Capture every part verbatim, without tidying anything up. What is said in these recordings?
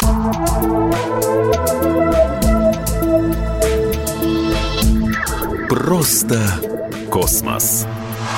Просто космос.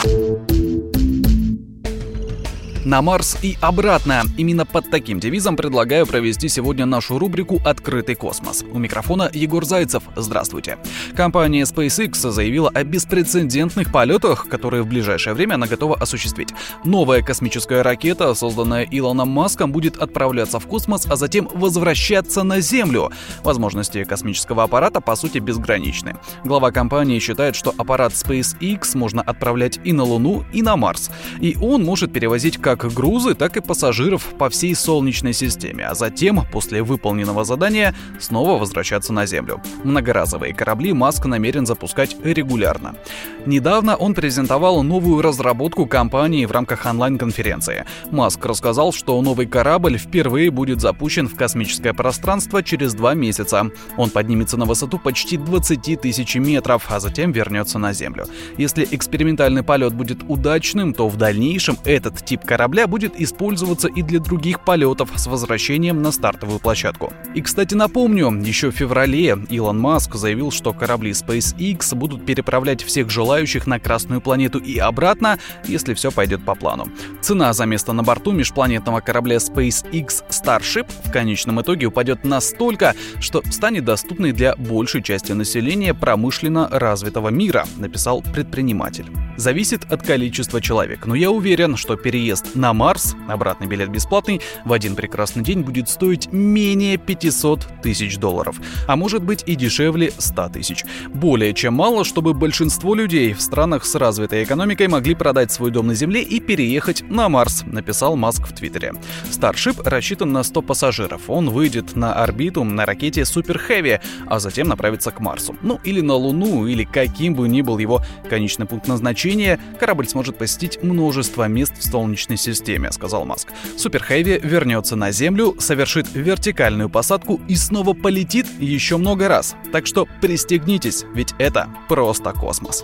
На Марс и обратно. Именно под таким девизом предлагаю провести сегодня нашу рубрику «Открытый космос». У микрофона Егор Зайцев. Здравствуйте. Компания SpaceX заявила о беспрецедентных полетах, которые в ближайшее время она готова осуществить. Новая космическая ракета, созданная Илоном Маском, будет отправляться в космос, а затем возвращаться на Землю. Возможности космического аппарата, по сути, безграничны. Глава компании считает, что аппарат SpaceX можно отправлять и на Луну, и на Марс. И он может перевозить как как грузы, так и пассажиров по всей Солнечной системе, а затем, после выполненного задания, снова возвращаться на Землю. Многоразовые корабли Маск намерен запускать регулярно. Недавно он презентовал новую разработку компании в рамках онлайн-конференции. Маск рассказал, что новый корабль впервые будет запущен в космическое пространство через два месяца. Он поднимется на высоту почти двадцать тысяч метров, а затем вернется на Землю. Если экспериментальный полет будет удачным, то в дальнейшем этот тип корабля будет использоваться и для других полетов с возвращением на стартовую площадку. И, кстати, напомню, еще в феврале Илон Маск заявил, что корабли SpaceX будут переправлять всех желающих на Красную планету и обратно, если все пойдет по плану. Цена за место на борту межпланетного корабля SpaceX Starship в конечном итоге упадет настолько, что станет доступной для большей части населения промышленно развитого мира, написал предприниматель. Зависит от количества человек, но я уверен, что переезд на Марс, обратный билет бесплатный, в один прекрасный день будет стоить менее пятьсот тысяч долларов, а может быть и дешевле ста тысяч. Более чем мало, чтобы большинство людей в странах с развитой экономикой могли продать свой дом на Земле и переехать на Марс, написал Маск в Твиттере. Starship рассчитан на сто пассажиров. Он выйдет на орбиту на ракете Super Heavy, а затем направится к Марсу. Ну или на Луну, или каким бы ни был его конечный пункт назначения, корабль сможет посетить множество мест в Солнечной системе, сказал Маск. Super Heavy вернется на Землю, совершит вертикальную посадку и снова полетит еще много раз. Так что пристегнитесь, ведь это просто космос.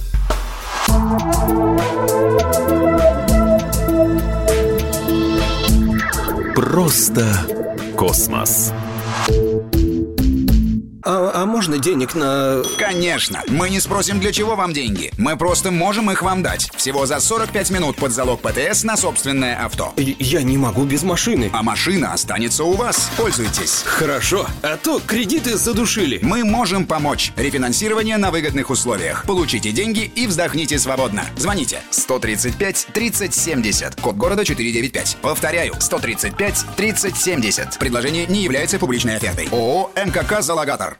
Просто космос. А, а можно денег на... Конечно! Мы не спросим, для чего вам деньги. Мы просто можем их вам дать. Всего за сорок пять минут под залог ПТС на собственное авто. Я не могу без машины. А машина останется у вас. Пользуйтесь. Хорошо, а то кредиты задушили. Мы можем помочь. Рефинансирование на выгодных условиях. Получите деньги и вздохните свободно. Звоните сто тридцать пять тридцать семьдесят. Код города четыреста девяносто пять. Повторяю, сто тридцать пять тридцать семьдесят. Предложение не является публичной офертой. ООО «МКК Залогатор».